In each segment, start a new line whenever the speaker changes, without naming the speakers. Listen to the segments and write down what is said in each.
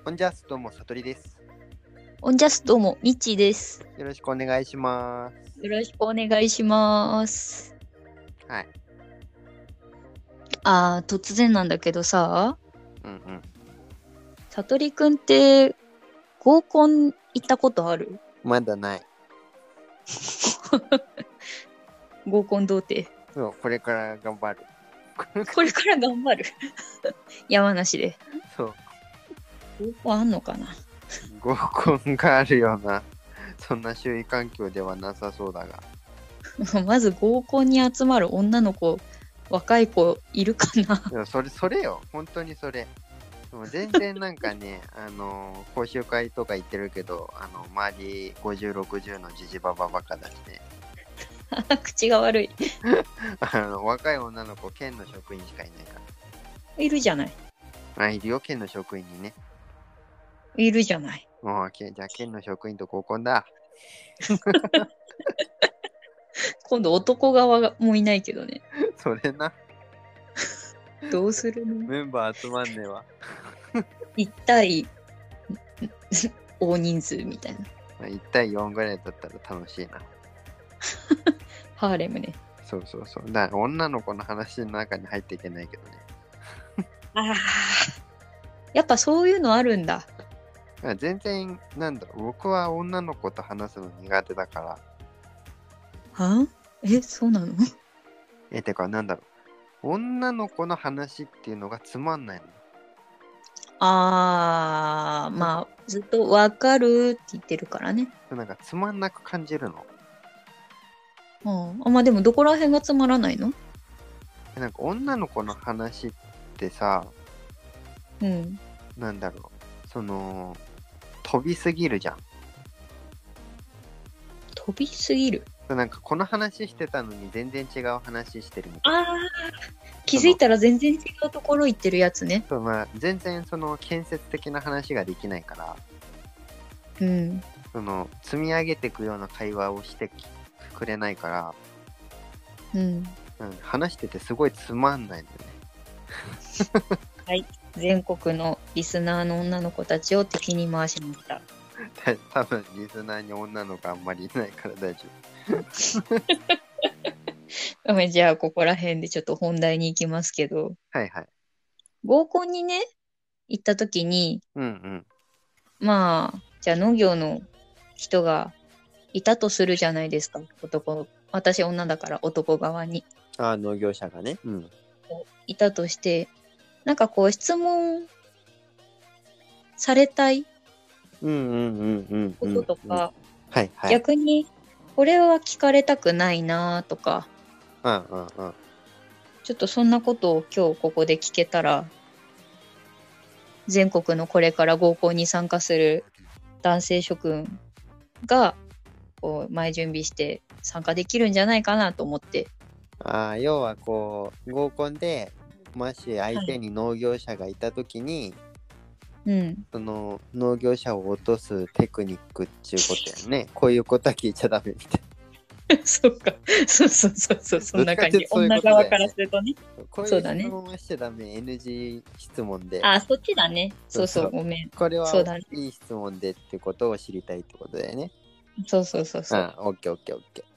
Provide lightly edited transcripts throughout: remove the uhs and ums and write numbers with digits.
オンジャスどうもさとりです。
オンジャスどうも、ミッチーです。
よろしくお願いします。
よろしくお願いします。
はい。
突然なんだけどさ、
うんうん。
さとりくんって合コン行ったことある？
まだない。
合コン童貞。
そう、これから頑張る。
これから頑張る。山梨で。
そう。
合コンあんのかな？
合コンがあるような、そんな周囲環境ではなさそうだが。
まず合コンに集まる女の子、若い子いるかな？
でもそれよ。本当にそれ。でも全然なんかね、講習会とか行ってるけど、周り50、60のジジバババカだしね。
口が悪い。
若い女の子、県の職員しかいないか
いるじゃない。
ら。いるよ、県の職員にね。
いるじゃない。
もう、じゃあ県の職員と合コンだ。
今度男側がもういないけどね。
それな。
どうするの？
メンバー集まんねえわ。
一対大人数みたいな。
1対4ぐらいだったら楽しいな。
ハーレムね。
そうそうそう。だから女の子の話の中に入っていけないけどね。
ああ、やっぱそういうのあるんだ。
全然、なんだろう、僕は女の子と話すの苦手だから。
は？そうなの？
てか、なんだろう。女の子の話っていうのがつまんない
まあ、ずっとわかるって言ってるからね。
の。なんかつまんなく感じるの。
まあでもどこら辺がつまらないの？
なんか女の子の話ってさ、
うん。
なんだろう。飛びすぎるじゃん。
飛びすぎる。
なんかこの話してたのに全然違う話してるみたいな。
気づいたら全然違うところ行ってるやつね。
まあ、全然建設的な話ができないから、
うん。
積み上げていくような会話をしてくれないから、
うん。
話しててすごいつまんないんだよね。
はい。全国のリスナーの女の子たちを敵に回しました。
多分リスナーに女の子あんまりいないから大丈
夫。じゃあ、ここら辺でちょっと本題に行きますけど、
夫。はいはい。
合コンにね、行った時に、
うんうん。
まあ、じゃあ農業の人がいたとするじゃないですか。私女だから男側に。
農業者がね。うん。
いたとして、なんかこう質問されたい
うんうんうんうん
こ
うん
ととか、
はいはい。
逆にこれは聞かれたくないなとか、
うんうんうん。
ちょっとそんなことを今日ここで聞けたら、全国のこれから合コンに参加する男性諸君がこう前準備して参加できるんじゃないかなと思って。
要は合コンで、もし相
はい。
手に農業者がいたときに、
うん。
その農業者を落とすテクニックっていうことやね。こういうことは聞いちゃダメみたい
そうか。そうそうそうそう、そ
な。
んな感じ。
どっちかっていうとそういうこ
女側から
とだよね。
するとね。
こういう質
そうだね。
問はしちゃダメ。NG 質問で。
そっちだね。そうそう、
そうそう。
ごめん。
これは
そうだね。
いい質問でってことを知りたいってことだよね。
そうそうそうそう。
オッケーオッケーオッケ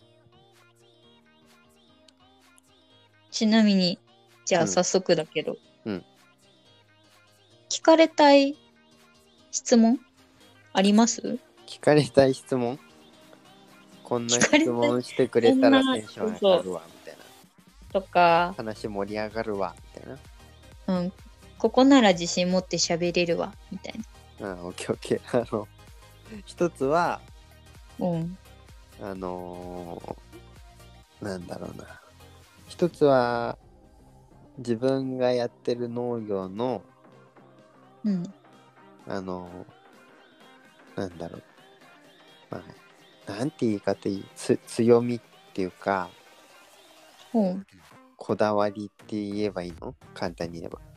ちなみに、じゃ
ー。
あ早速だけど、
うん。
聞かれたい質問あります？
聞かれたい質問こんな質
聞かれたい。
問してくれたらテンション上がるわ、みたいな。
とか、
話盛り上がるわ、みたい
うん、ここなら自信持って喋れるわ、みたい
な。オッケーオッケー。一つは、
な。うん。
なんだろうな。一つは、自分がやってる農業の、
うん。
なんだろう。まあ、なんて言い方いい強みっていうか、
うん。
こだわりって言えばいいの簡単に言えば。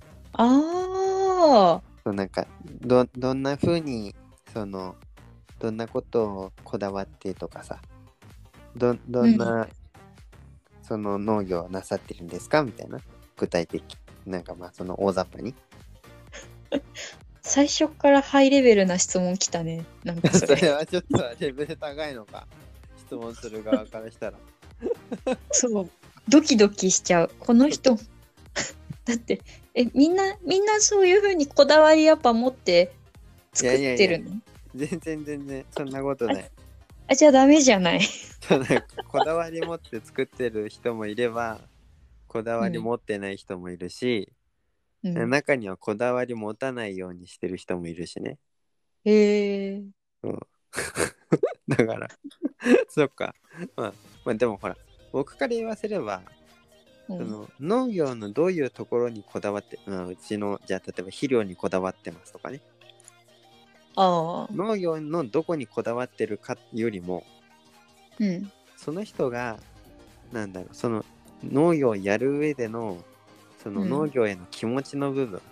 ああ、
なんか、どんな風に、どんなことをこだわってとかさ、ど
うん。
んな、農業をなさってるんですかみたいな。具体的。なんかまあ、大雑把に。
最初からハイレベルな質問来たね。なんかそ
それ
れ。
はちょっとレベル高いのか。質問する側からしたら。
そう。ドキドキしちゃう。この人。だって、みんなそういうふうにこだわりやっぱ持って作ってるの？
全然そんなことない。
あ、じゃあダメじゃない。
そのこだわり持って作ってる人もいれば、こだわり持ってない人もいるし、
うん。
中にはこだわり持たないようにしてる人もいるしね。
へえ。
だからそっか、まあでもほら、僕から言わせれば、
うん
その農業のどういうところにこだわって、うちのじゃあ例えば肥料にこだわってますとかね、
ああ。
農業のどこにこだわってるかよりも、
うん。
その人がなんだろう、その農業をやる上でのその農業への気持ちの部分、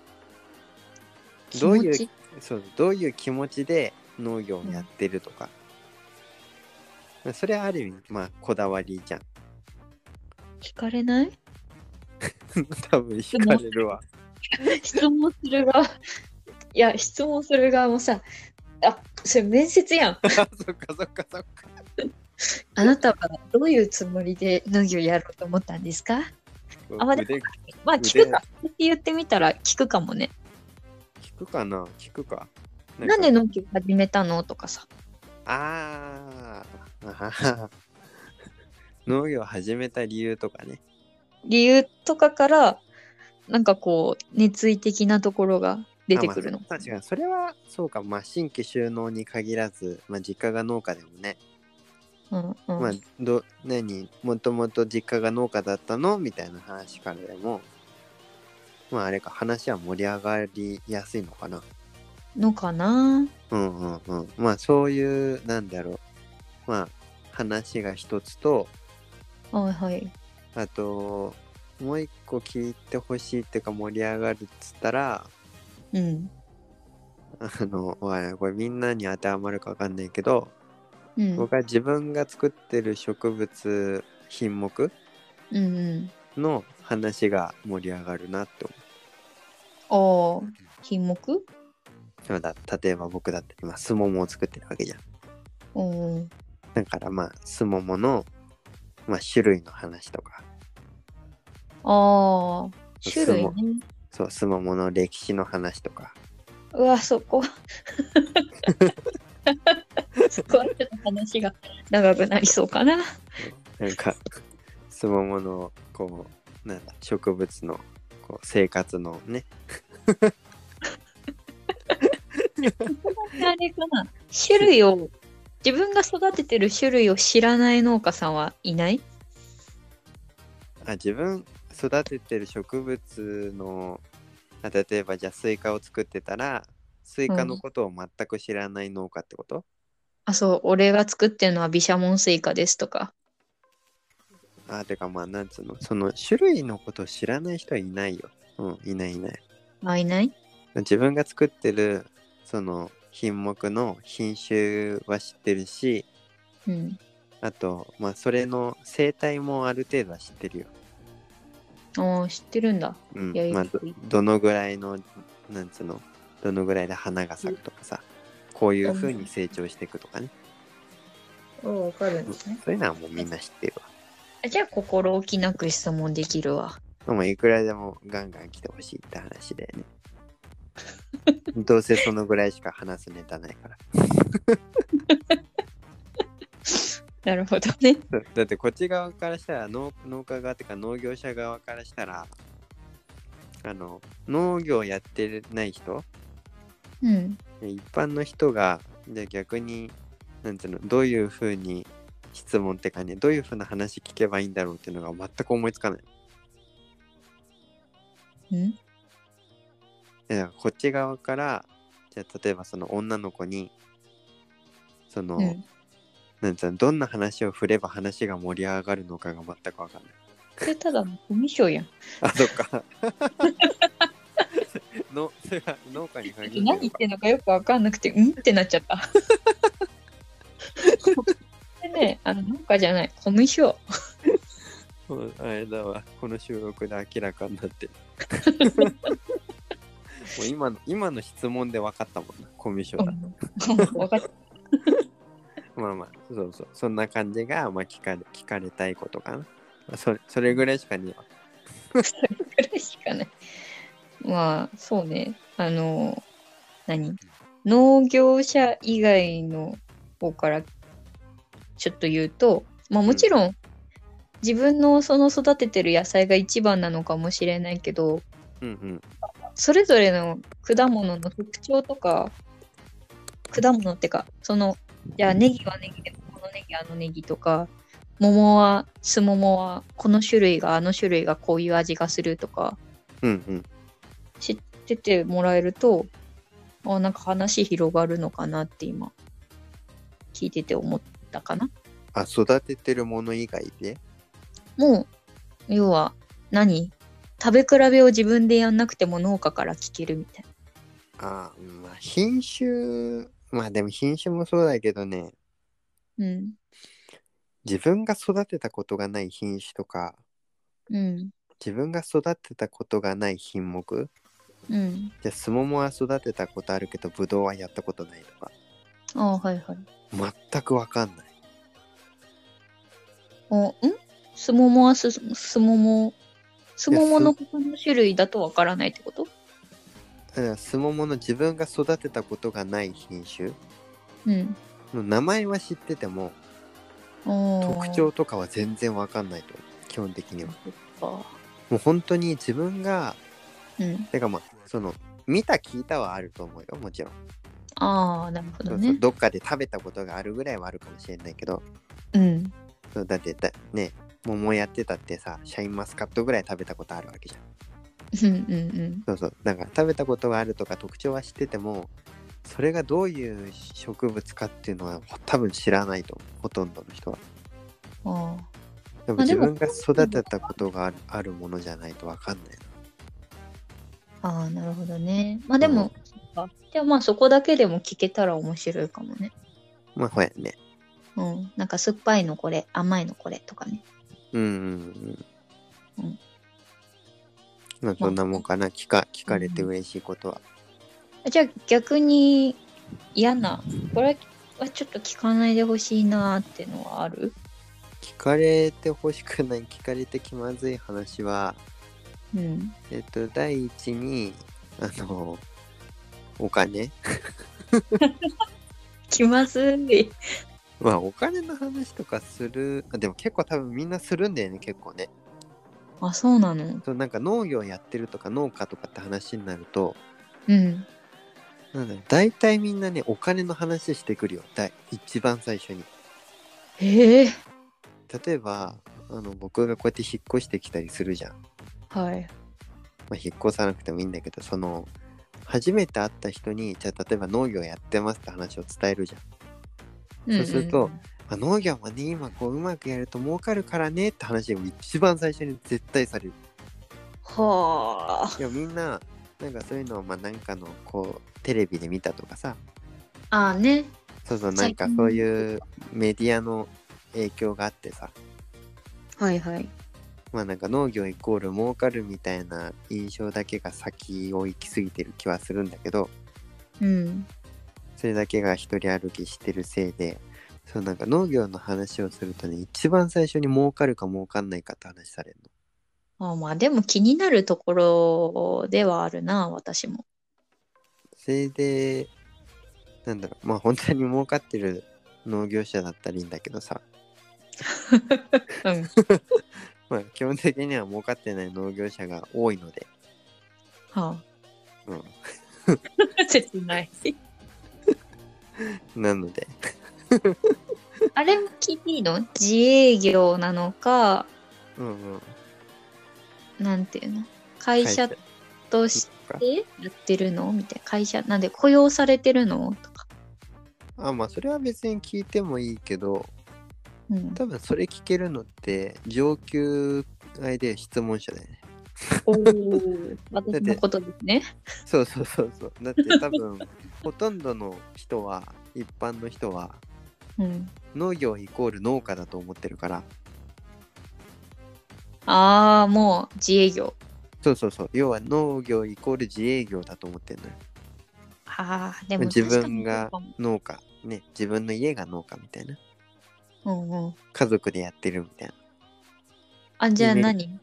どういう気持ちで農業をやってるとか、それはある意味まあこだわりじゃん。
聞かれない？
多分惹かれるわ。
質問する側。いや、質問する側もさ、あ、それ面接やん。
そっか。
あなたはどういうつもりで農業やろうと思ったんですか？あ、まあ聞くか。って言ってみたら聞くかもね。
聞くかな。
なんで農業始めたのとかさ。
農業を始めた理由とかね。
理由とかからなんかこう熱意的なところが出てくるの。
確かにそれはそうか。まあ新規就農に限らず、まあ実家が農家でもね。まあもともと実家が農家だったのみたいな話からでも、まああれか、話は盛り上がりやすいのかな。まあそういうなんだろう。まあ話が一つと、あともう一個聞いてほしいっていうか盛り上がるっつったら、これみんなに当てはまるか分かんないけど、僕は自分が作ってる植物品目の話が盛り上がるなって
思う。品目？
例えば僕だって今スモモを作ってるわけじゃん。だからまあスモモの、まあ、種類の話とか。種類ね。そう、スモモの歴史の話とか。
うわ、そこはちょっと話が長くなりそうかな。
なんかスモモのこうなんだ植物のこう生活のね
あれかな、種類を自分が育ててる種類を知らない農家さんはいない？
自分育ててる植物の例えばじゃあスイカを作ってたらスイカのことを全く知らない農家ってこと？
そう、俺が作ってるのは毘沙門スイカですとか。
てかまあなんつうの、その種類のことを知らない人はいないよ。いない。
いない？
自分が作ってるその品目の品種は知ってるし、あとまあそれの生態もある程度は知ってるよ。
知ってるんだ。
まあどのぐらいのなんつうの、どのぐらいで花が咲くとかさ、こういう風に成長していくとかね。
わかるんですね。
そういうのはもうみんな知ってるわ。
じゃあ心置きなく質問できるわ。
いくらでもガンガン来てほしいって話だよね。どうせそのぐらいしか話すネタないから。
なるほどね。
だってこっち側からしたら農家側っていうか農業者側からしたら農業やってない人、一般の人がじゃあ逆になんていうの、どういうふうに質問ってかね、どういうふうな話聞けばいいんだろうっていうのが全く思いつかない。こっち側からじゃあ例えばその女の子にその、なんていうの、どんな話を振れば話が盛り上がるのかが全く分かんない。
それただのコミュ障やん。
そっか。それは農家に限る。
何言ってんのかよく分かんなくてってなっちゃった。でね、農家じゃない、コミュ障。
あれだわ、この収録で明らかになってる。 もう今の質問で分かったもんな、コミュ障だ。
分かった。
まあまあ、そうそう。そんな感じが、まあ聞かれたいことかな。それぐらいしかねえわ。
それぐらいしかない。まあ、そうね。農業者以外の方からちょっと言うと、まあもちろん、自分のその育ててる野菜が一番なのかもしれないけど、
うんうん。
それぞれの果物の特徴とか、果物ってか、じゃあネギはネギで、このネギあのネギとか、スモモはこの種類があの種類がこういう味がするとか、
うんうん。
知っててもらえると、なんか話広がるのかなって今、聞いてて思ったかな。
育ててるもの以外で
もう、要は食べ比べを自分でやんなくても農家から聞けるみたい
な。まあ品種、まあでも品種もそうだけどね、
な。うん。
自分が育てたことがない品種とか、
うん。
自分が育てたことがない品目、
うん。
じゃあスモモは育てたことあるけどブドウはやったことないとか、
はいはい。
全くわかんない。
スモモはスモモの他の種類だとわからないってこと？
だからスモモの自分が育てたことがない品種
の
名前は知ってても、特徴とかは全然わかんないと、基本的には。もう本当に自分が、てかまあ見た聞いたはあると思うよ、もちろん。
なるほどね。
そうどっかで食べたことがあるぐらいはあるかもしれないけど、だってね、桃やってたってさ、シャインマスカットぐらい食べたことあるわけじゃん。だから食べたことがあるとか特徴は知ってても、それがどういう植物かっていうのは多分知らないと思う、ほとんどの人は。でも自分が育てたことがあるものじゃないと分かんない
な。なるほどね。まあでも、じゃあまあそこだけでも聞けたら面白いかもね。
まあほやね。
なんか酸っぱいのこれ、甘いのこれとかね。
まあそんなもんかな、聞かれて嬉しいことは。
じゃあ逆にこれはちょっと聞かないでほしいなーっていうのはある？
聞かれてほしくない、聞かれて気まずい話は、第一に、お金
気まずい。
まあお金の話とかする、でも結構多分みんなするんだよね、結構ね。
そうなの？
なんか農業やってるとか農家とかって話になると、大体みんなね、お金の話してくるよ、一番最初に。例えば僕がこうやって引っ越してきたりするじゃん。
はい。
まあ、引っ越さなくてもいいんだけど、初めて会った人に、じゃあ例えば農業やってますって話を伝えるじゃん。そうすると、農業もね、今こううまくやると儲かるからねって話を一番最初に絶対される。いやみんななんかそういうのをなんかのこうテレビで見たとかさ。
ね。
なんかそういうメディアの影響があってさ。
はいはい。
まあなんか農業イコール儲かるみたいな印象だけが先を行き過ぎてる気はするんだけど、それだけが一人歩きしてるせいで、なんか農業の話をするとね、一番最初に儲かるか儲かんないかって話される
の。まあでも気になるところではあるな、私も。
それで、なんだろう、まあ本当に儲かってる農業者だったらいいんだけどさ。まあ基本的には儲かってない農業者が多いので。
切ない。
なので。
あれも聞いていいの？自営業なのか、なんていうの？会社としてやってるのみたいな。会社なんで雇用されてるのとか。
まあそれは別に聞いてもいいけど、多分それ聞けるのって上級外で質問者だよね。
私のことですね。
そう。だって多分ほとんどの人は、一般の人は、農業イコール農家だと思ってるから。
もう自営業。
そうそうそう。要は農業イコール自営業だと思ってるのよ。
でも
自分が農家、ね、自分の家が農家みたいな。家族でやってるみたい
な。じゃあ何？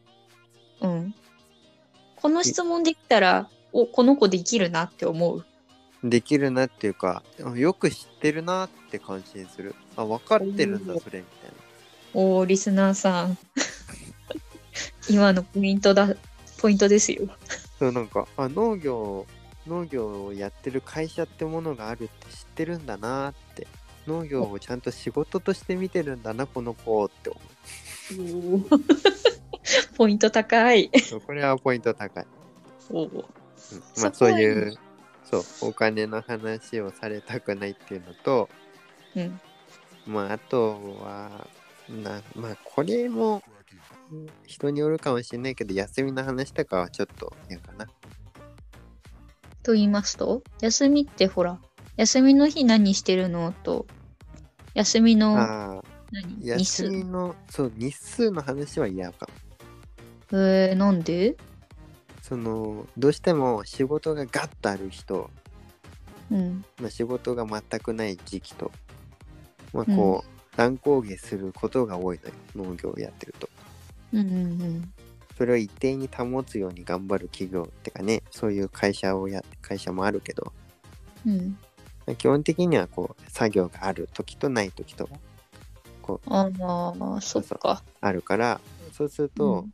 この質問できたら、この子できるなって思う。
できるなっていうか、よく知ってるなって感心する。分かってるんだ、それみたい
な。リスナーさん。今のポイントですよ。
そう、なんか、農業をやってる会社ってものがあるって知ってるんだなって。農業をちゃんと仕事として見てるんだな、この子って思う。
ポイント高い。
これはポイント高い。まあそういう、お金の話をされたくないっていうのと、まああとは、まあこれも人によるかもしれないけど、休みの話とかはちょっと嫌かな。
と言いますと、休みってほら、休みの日何してるのと、休みの
日数の、日数の話は嫌か
も。なんで？
どうしても仕事がガッとある人、まあ、仕事が全くない時期と、まあこう、乱高下することが多いのよ、農業をやってると。それを一定に保つように頑張る企業ってかね、そういう会社もあるけど、基本的にはこう作業がある時とない時とこう
そっか。
あるから、そうすると、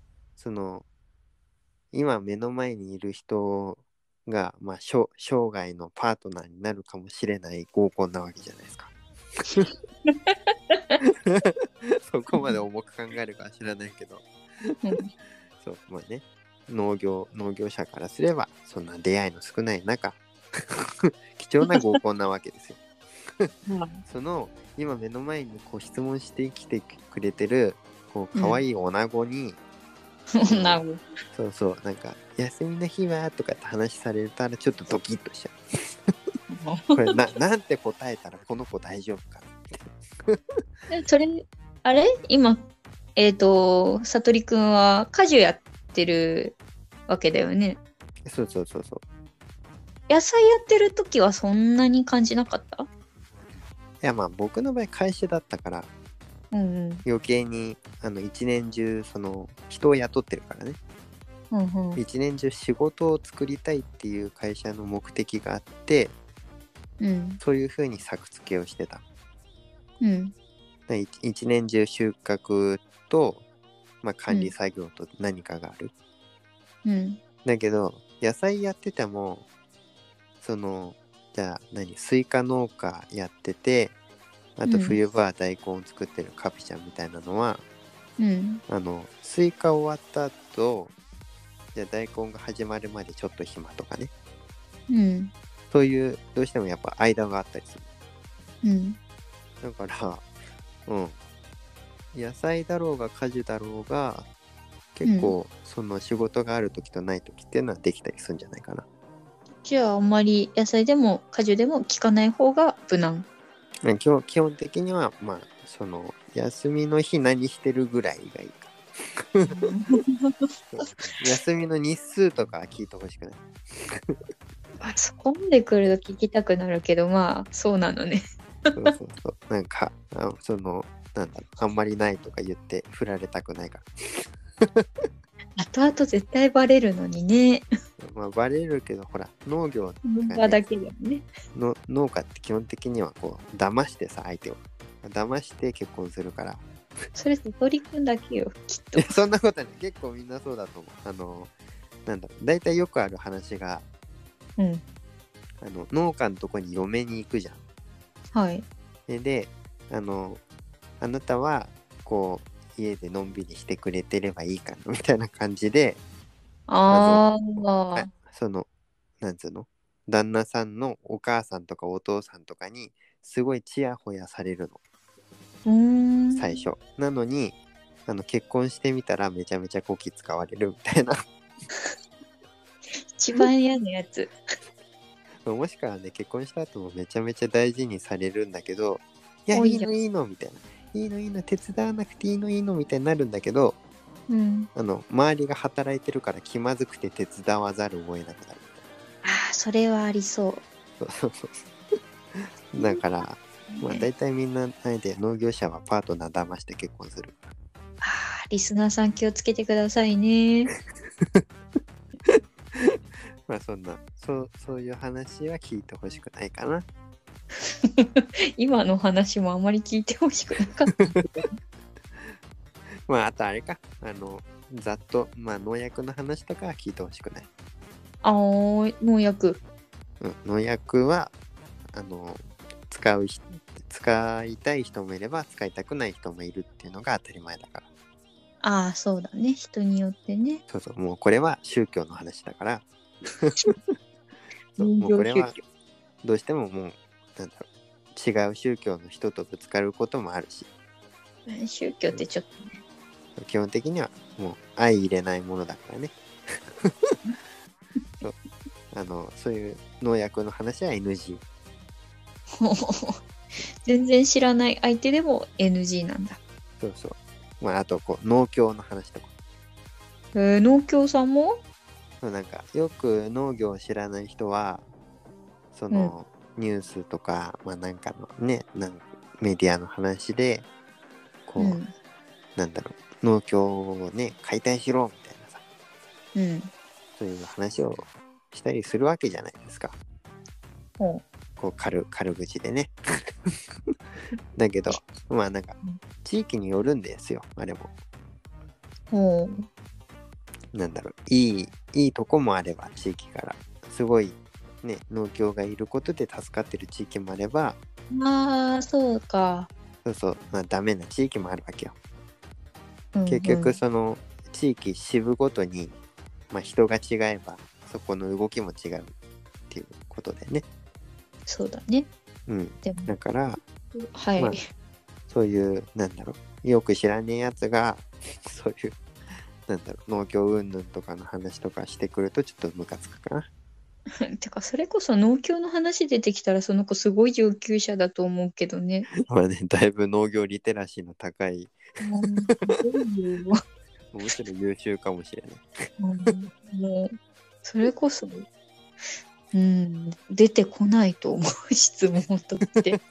今目の前にいる人が、まあ、生涯のパートナーになるかもしれない合コンなわけじゃないですか。そこまで重く考えるかは知らないけど、そう、まあね、農業者からすればそんな出会いの少ない中貴重な合コンなわけですよ。今目の前にこう質問してきてくれてるこう可愛い女子に、そうなんか休みの日はとかって話されたらちょっとドキッとしちゃう。これなんて答えたらこの子大丈夫かな
それあれ今さとりくんは果樹やってるわけだよね。
そう
野菜やってる時はそんなに感じなかった？
いや、まあ僕の場合会社だったから、余計に一年中人を雇ってるからね、一年中仕事を作りたいっていう会社の目的があって、そういう風に作付けをしてた。一年中収穫と、まあ、管理作業と何かがある。だけど野菜やっててもじゃあスイカ農家やってて、あと冬場は大根を作ってるカピちゃんみたいなのは、スイカ終わった後、じゃあ大根が始まるまでちょっと暇とかね、そういうどうしてもやっぱ間があったりする。だから野菜だろうが果樹だろうが結構仕事がある時とない時っていうのはできたりするんじゃないかな。
じゃああんまり野菜でも果樹でも効かない方が無難。
基本的にはまあ休みの日何してるぐらいがいいか。休みの日数とか聞いてほしくない。
そこまで来ると聞きたくなるけど、まあそうなのね。
そうなんかなんだろう、あんまりないとか言って振られたくないから。
後々絶対バレるのにね。
まあバレるけど、ほら農業
だけだよね。
農家って基本的にはこう騙してさ、相手を騙して結婚するから。
それと取り組んだけよ、きっと。
そんなことね、結構みんなそうだと思う。だいたいよくある話が、農家のとこに嫁に行くじゃん。
はい。
で、あなたはこう家でのんびりしてくれてればいいかなみたいな感じで、なんつうの、旦那さんのお母さんとかお父さんとかにすごいチヤホヤされるの。最初なのに結婚してみたらめちゃめちゃこき使われるみたいな。
一番嫌なやつ。
もしくはね、結婚した後もめちゃめちゃ大事にされるんだけど、いやいいのみたいな、いいの手伝わなくていいのみたいになるんだけど、
うん、
周りが働いてるから気まずくて手伝わざるを得なくなる。
ああ、それはありそう。
だから、まあ大体みんなで農業者はパートナー騙して結婚する。
ああ、リスナーさん気をつけてくださいね。
まあそういう話は聞いてほしくないかな。
今の話もあまり聞いてほしくなかったけど。
まああとあれか、ざっと、まあ農薬の話とかは聞いてほしくない。
ああ、農薬。
農薬は、使いたい人もいれば使いたくない人もいるっていうのが当たり前だから。
ああ、そうだね。人によってね。
そうそう、もうこれは宗教の話だから。もうこれはどうしてももう違う宗教の人とぶつかることもあるし。
宗教ってちょっとね。
基本的にはもう相入れないものだからね。そういう農薬の話は NG。
全然知らない相手でも NG なんだ。
そうそう。まああと農協の話とか。
農協さんも？
なんかよく農業を知らない人はニュースとか、まあなんかのね、メディアの話で農協をね解体しろみたいなさ、そういう話をしたりするわけじゃないですか。軽口でね。だけどまあなんか地域によるんですよ、あれも。いいとこもあれば、地域からすごいね農協がいることで助かってる地域もあれば、
そうか。
そう、まあダメな地域もあるわけよ。結局その地域支部ごとに、まあ、人が違えばそこの動きも違うっていうことでね。
そうだね。
だから、
はい、
まあ、そういうよく知らねえやつがそういう農協云々とかの話とかしてくるとちょっとムカつくかな。
てかそれこそ農協の話出てきたらその子すごい上級者だと思うけどね。
まあね、だいぶ農業リテラシーの高いむしろ優秀かもしれない。
もうそれこそ出てこないと思う、質問として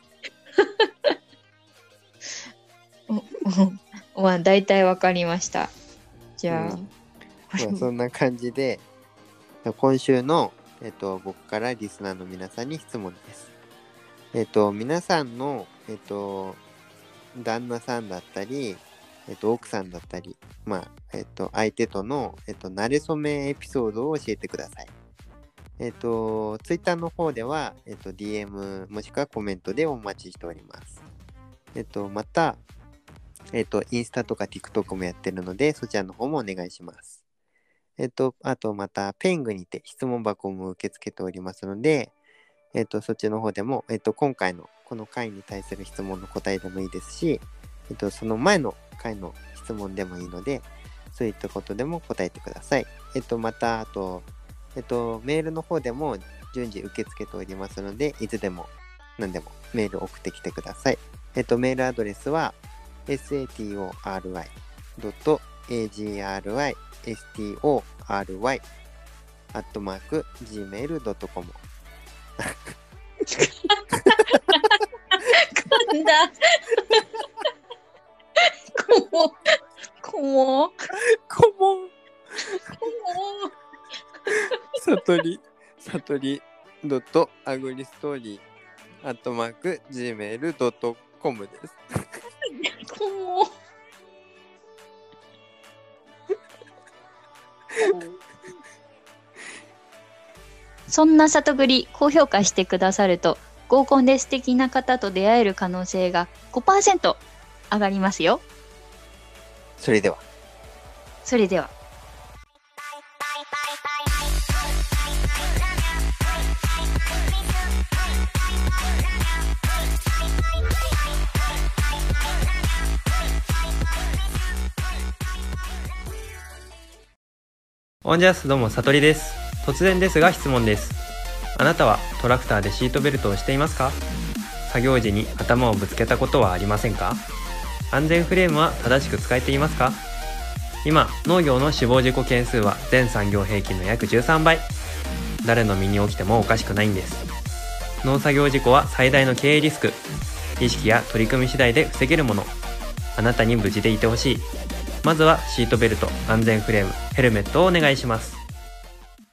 まあ大体わかりました。じゃあ、
まあ、そんな感じで今週の、僕からリスナーの皆さんに質問です。皆さんの、旦那さんだったり、奥さんだったり、まあ相手との、馴れ初めエピソードを教えてください。ツイッターの方では、DM もしくはコメントでお待ちしております。また、インスタとか TikTok もやってるので、そちらの方もお願いします。あとまた、ペングにて質問箱も受け付けておりますので、そっちの方でも、今回のこの回に対する質問の答えでもいいですし、その前の回の質問でもいいので、そういったことでも答えてください。また、あと、メールの方でも順次受け付けておりますので、いつでも何でもメール送ってきてください。メールアドレスは satori.story@gmail.com
噛んだ。こも
satori.agristory@gmail.com です。
そんな里栗高評価してくださると合コンで素敵な方と出会える可能性が 5% 上がりますよ。
それでは
オンジャスどうも、さとりです。突然ですが質問です。あなたはトラクターでシートベルトをしていますか？作業時に頭をぶつけたことはありませんか？安全フレームは正しく使えていますか？ 今、農業の死亡事故件数は全産業平均の約13倍。誰の身に起きてもおかしくないんです。農作業事故は最大の経営リスク。意識や取り組み次第で防げるもの。あなたに無事でいてほしい。まずはシートベルト、安全フレーム、ヘルメットをお願いします。